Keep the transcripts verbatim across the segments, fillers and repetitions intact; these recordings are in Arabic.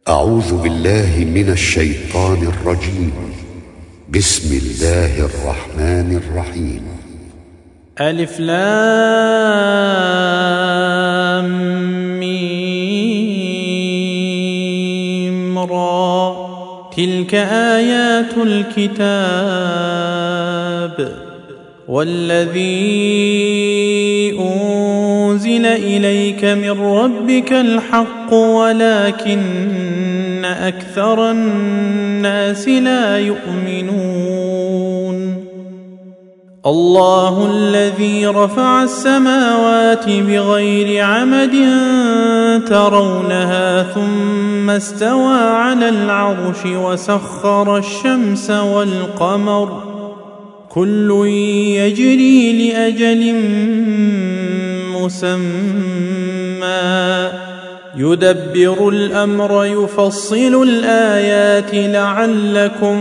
أعوذ بالله من الشيطان الرجيم. بسم الله الرحمن الرحيم. ألف لام ميم را. تلك آيات الكتاب والذي أنزل إليك من ربك الحق ولكن أكثر الناس لا يؤمنون. الله الذي رفع السماوات بغير عمد ترونها ثم استوى على العرش وسخر الشمس والقمر كل يجري لأجل مسمى يدبر الأمر يفصل الآيات لعلكم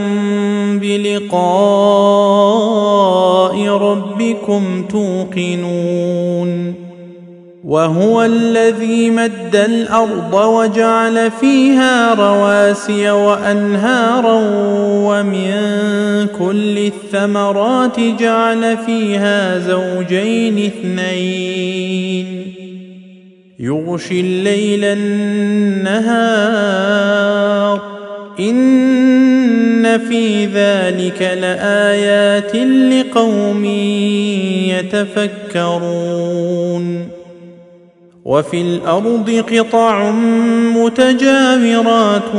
بلقاء ربكم توقنون. وهو الذي مد الأرض وجعل فيها رواسي وأنهارا ومن كل الثمرات جعل فيها زوجين اثنين يغشي الليل النهار إن في ذلك لآيات لقوم يتفكرون. وفي الأرض قطع متجاورات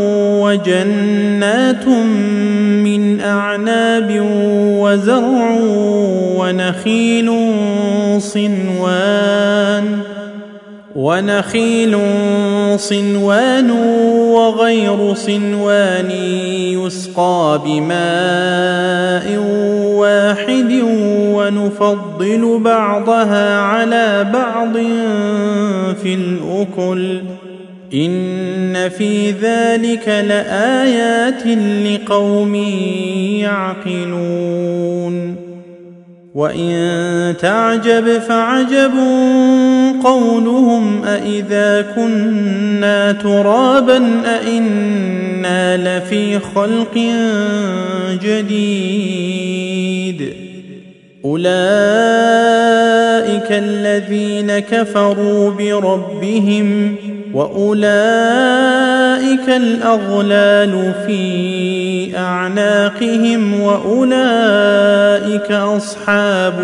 وجنات من أعناب وزرع ونخيل صنوان ونخيل صنوان وغير صنوان يسقى بماء واحد ونفضل بعضها على بعض في الأكل إن في ذلك لآيات لقوم يعقلون. وإن تعجب فعجب قولهم أإذا كنا ترابا أإنا لفي خلق جديد أولئك الذين كفروا بربهم وأولئك الأغلال في أعناقهم وأولئك أصحاب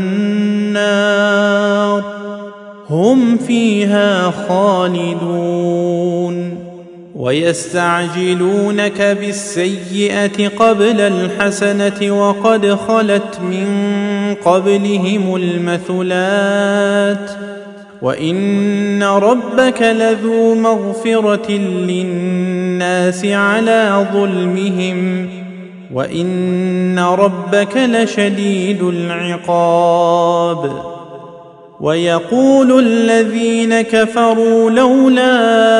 النار هم فيها خالدون. ويستعجلونك بالسيئة قبل الحسنة وقد خلت من قبلهم المثلات وإن ربك لذو مغفرة للناس على ظلمهم وإن ربك لشديد العقاب. ويقول الذين كفروا لولا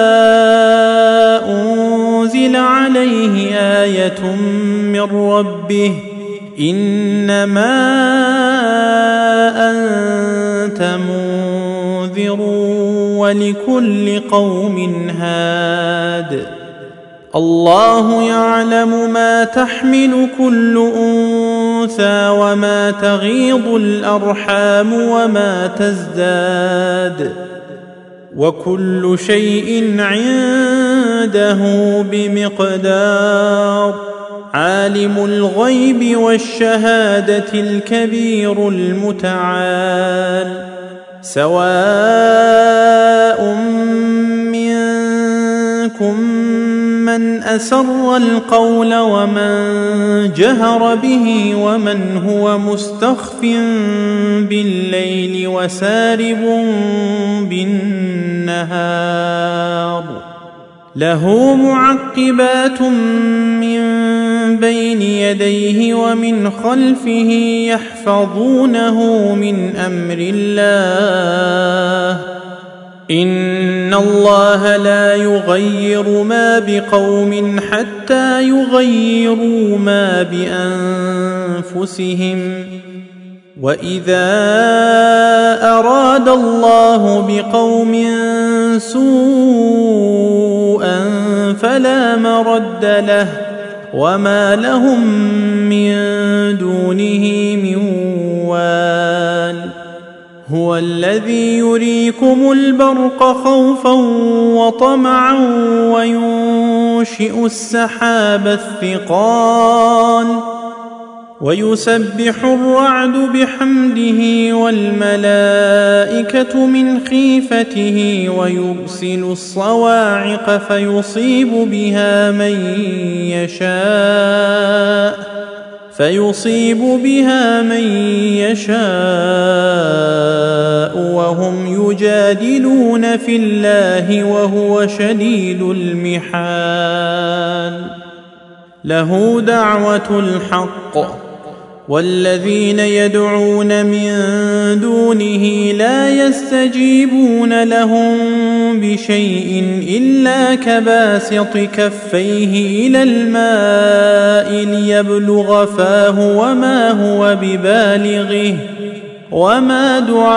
أنزل عليه آية من ربه إنما أنت منذر ولكل قوم هاد الله يعلم ما تحمل كل أنثى وما تغيض الأرحام وما تزداد وكل شيء عنده بمقدار. عالم الغيب والشهادة الكبير المتعال سواء منكم من أسر القول ومن جهر به ومن هو مستخف بالليل وسارب بالنهار له معقبات من بين يديه ومن خلفه يحفظونه من أمر الله إن الله لا يغير ما بقوم حتى يغيروا ما بأنفسهم وإذا أراد الله بقوم سوءا فلا مرد له وما لهم من دونه من وال هو الذي يريكم البرق خوفا وطمعا وينشئ السحاب الثقال ويسبح الرعد بحمده والملائكة من خيفته ويرسل الصواعق فيصيب بها من يشاء فيصيب بها من يشاء وهم يجادلون في الله وهو شديد المحال له دعوة الحق والذين يدعون من دونه لا يستجيبون لهم بشيء إلا كباسط كفيه إلى الماء ليبلغ فاه وما هو ببالغه وما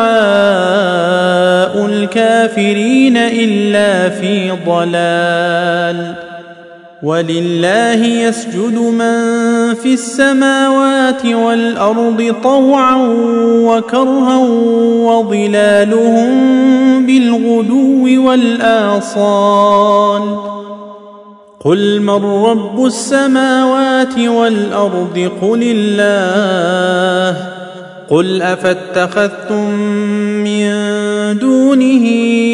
دعاء الكافرين إلا في ضلال ولله يسجد من في السماوات والأرض طوعا وكرها وظلالهم بالغدو والآصال قل من رب السماوات والأرض قل الله قل أفاتخذتم من دونه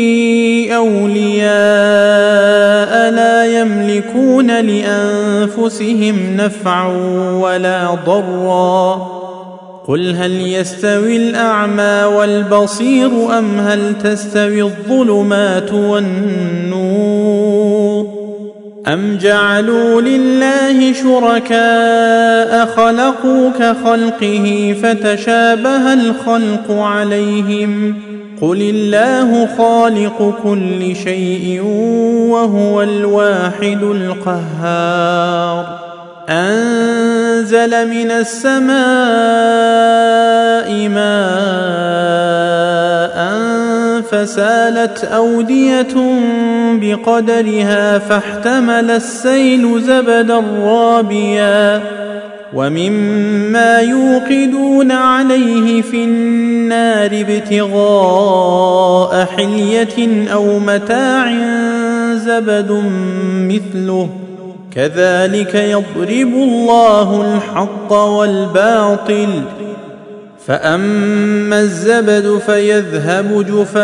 أولياء لا يملكون لأنفسهم نفعا ولا ضرا قل هل يستوي الأعمى والبصير أم هل تستوي الظلمات والنور أم جعلوا لله شركاء خلقوا كخلقه فتشابه الخلق عليهم قل الله خالق كل شيء وهو الواحد القهار أنزل من السماء ماء فسالت أودية بقدرها فاحتمل السيل زبدا رابيا ومما يوقدون عليه في النار ابتغاء حلية أو متاع زبد مثله كذلك يضرب الله الحق والباطل فأما الزبد فيذهب جفاء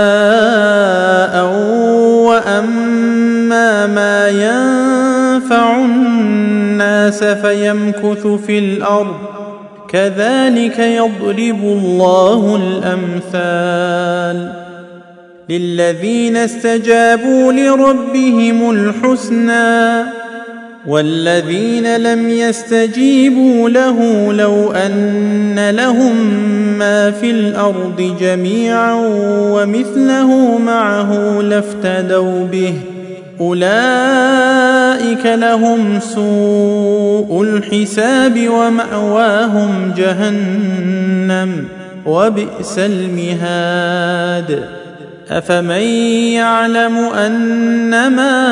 وأما ما ينفع الناس فيمكث في الأرض كذلك يضرب الله الأمثال للذين استجابوا لربهم الحسنى والذين لم يستجيبوا له لو أن لهم ما في الأرض جميعا ومثله معه لافتدوا به أولئك لهم سوء الحساب ومأواهم جهنم وبئس المهاد أفمن يعلم أنما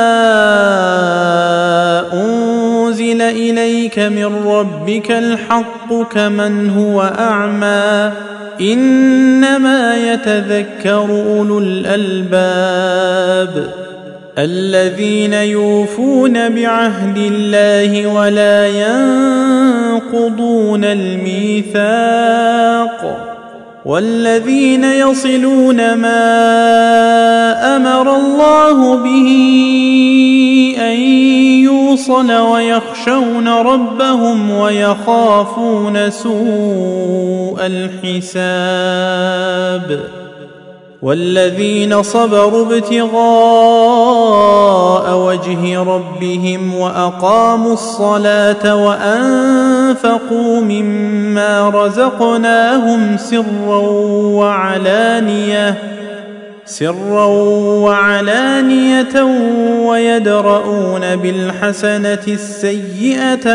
أنزل إليك من ربك الحق كمن هو أعمى إنما يتذكر أولو الألباب الذين يوفون بعهد الله ولا ينقضون الميثاق والذين يصلون ما أمر الله به أن يوصل ويخشون ربهم ويخافون سوء الحساب والذين صبروا ابتغاء وجه ربهم وأقاموا الصلاة وأنفقوا مما رزقناهم سرا وعلانية سرا وعلانية ويدرؤون بالحسنة السيئة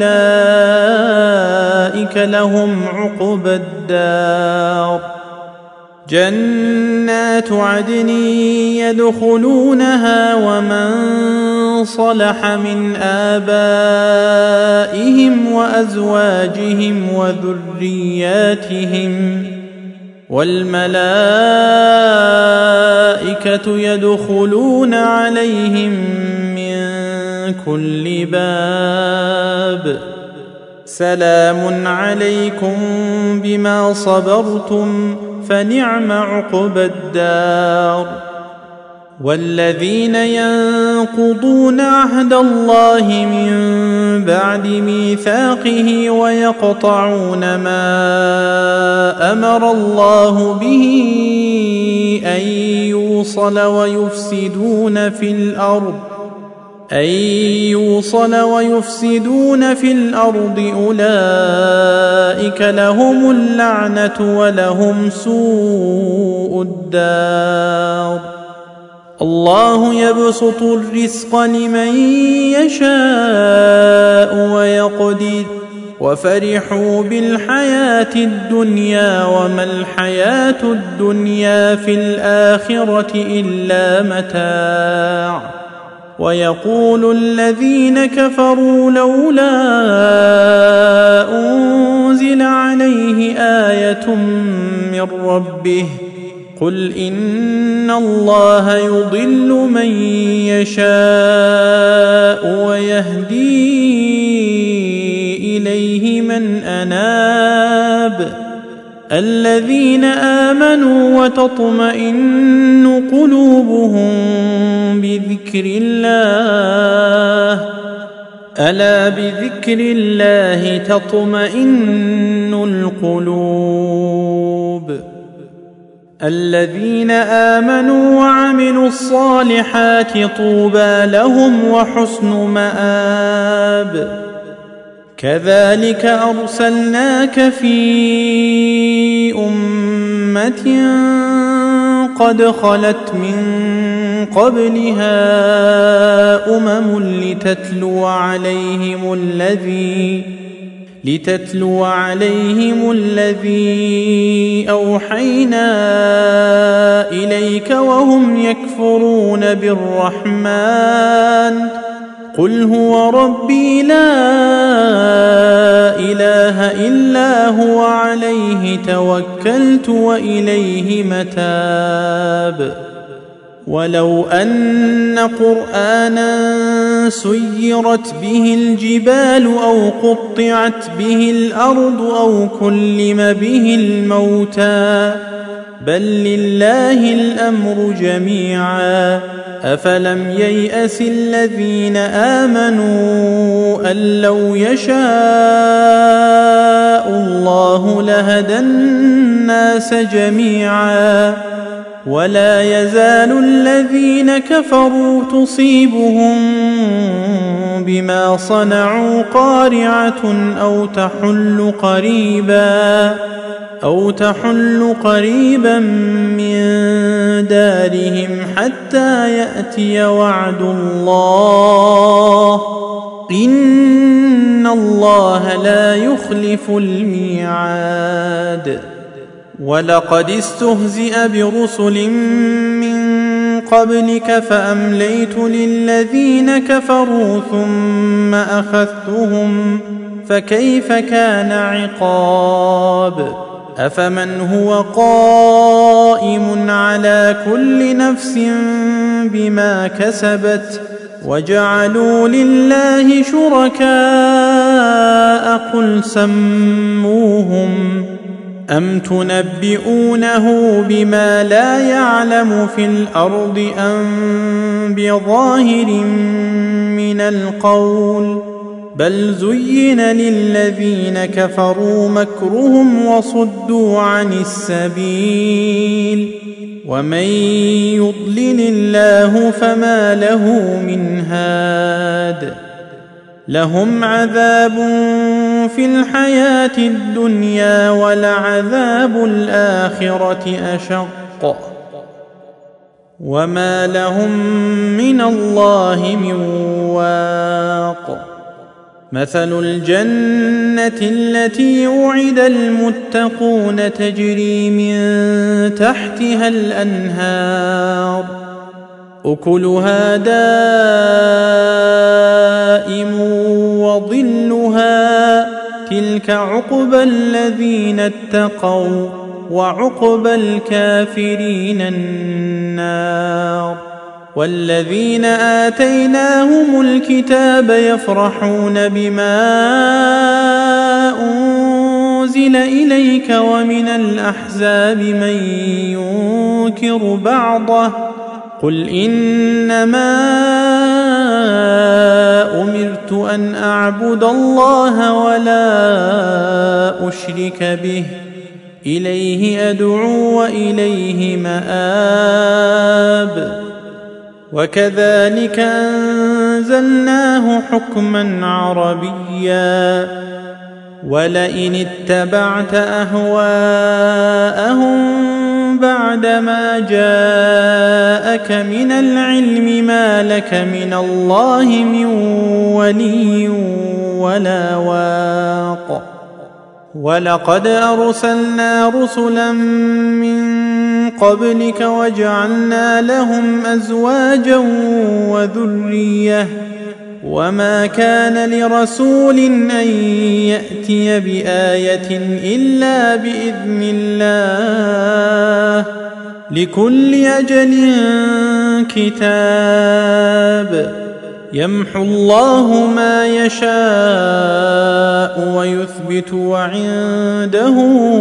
أولئك لهم عقبى الدار جنات عدن يدخلونها ومن صلح من آبائهم وأزواجهم وذرياتهم، والملائكة يدخلون عليهم من كل باب. سلام عليكم بما صبرتم فنعم عقبى الدار. والذين ينقضون عهد الله من بعد ميثاقه ويقطعون ما أمر الله به أن يوصل ويفسدون في الأرض أن يوصل ويفسدون في الأرض أولئك لهم اللعنة ولهم سوء الدار. الله يبسط الرزق لمن يشاء ويقدر وفرحوا بالحياة الدنيا وما الحياة الدنيا في الآخرة إلا متاع. ويقول الذين كفروا لولا أنزل عليه آية من ربه قل إن الله يضل من يشاء ويهدي إليه من أناب. الذين آمنوا وتطمئن قلوبهم بذكر الله ألا بذكر الله تطمئن القلوب. الذين آمنوا وعملوا الصالحات طوبى لهم وحسن مآب. كذلك أرسلناك في أمة قد خلت من قبلها أمم لتتلو عليهم الذي لتتلو عليهم الذي أوحينا إليك وهم يكفرون بالرحمن قل هو ربي لا إله إلا هو عليه توكلت وإليه متاب. ولو أن قرآنا سيرت به الجبال أو قطعت به الأرض أو كلم به الموتى بل لله الأمر جميعا أفلم ييأس الذين آمنوا أن لو يشاء الله لهدى الناس جميعا ولا يزال الذين كفروا تصيبهم بما صنعوا قارعة أو تحل قريبا أو تحل قريبا من دارهم حتى يأتي وعد الله إن الله لا يخلف الميعاد. ولقد استهزئ برسل من قبلك فأمليت للذين كفروا ثم أخذتهم فكيف كان عقاب. أفمن هو قائم على كل نفس بما كسبت وجعلوا لله شركاء قل سموهم أم تنبئونه بما لا يعلم في الأرض أم بظاهر من القول بل زين للذين كفروا مكرهم وصدوا عن السبيل ومن يضلل الله فما له من هاد. لهم عذاب في الحياة الدنيا ولعذاب الآخرة أشق وما لهم من الله من واق. مثل الجنة التي وعد المتقون تجري من تحتها الأنهار أكلها دائم تلك عقبى الذين اتقوا وعقبى الكافرين النار. والذين آتيناهم الكتاب يفرحون بما أنزل إليك ومن الأحزاب من ينكر بعضه قل إنما أمرت أن أعبد الله ولا أشرك به إليه أدعو وإليه مآب. وكذلك أنزلناه حكما عربيا ولئن اتبعت أهواءهم بعدما جاءك من العلم ما لك من الله من ولي ولا واق. ولقد أرسلنا رسلا من قبلك وجعلنا لهم أزواجا وذرية وما كان لرسول أن يأتي بآية إلا بإذن الله لكل أجل كتاب. يمحو الله ما يشاء ويثبت وعنده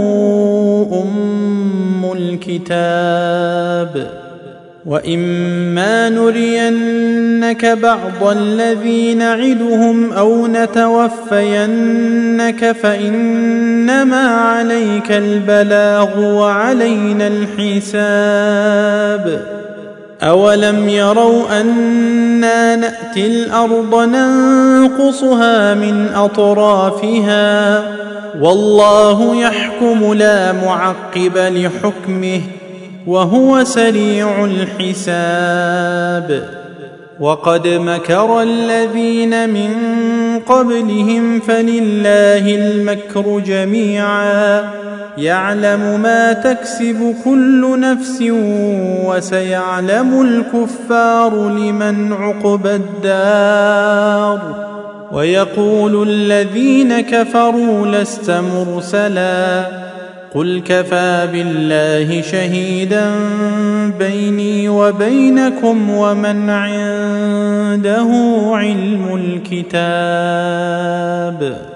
أم الكتاب. وإما نرينك بعض الذي نعدهم أو نتوفينك فإنما عليك البلاغ وعلينا الحساب. أولم يروا أنا نأتي الأرض ننقصها من أطرافها والله يحكم لا معقب لحكمه وهو سريع الحساب. وقد مكر الذين من قبلهم فلله المكر جميعا يعلم ما تكسب كل نفس وسيعلم الكفار لمن عقبى الدار. ويقول الذين كفروا لست مرسلا قل كفى بالله شهيدا بيني وبينكم ومن عنده علم الكتاب.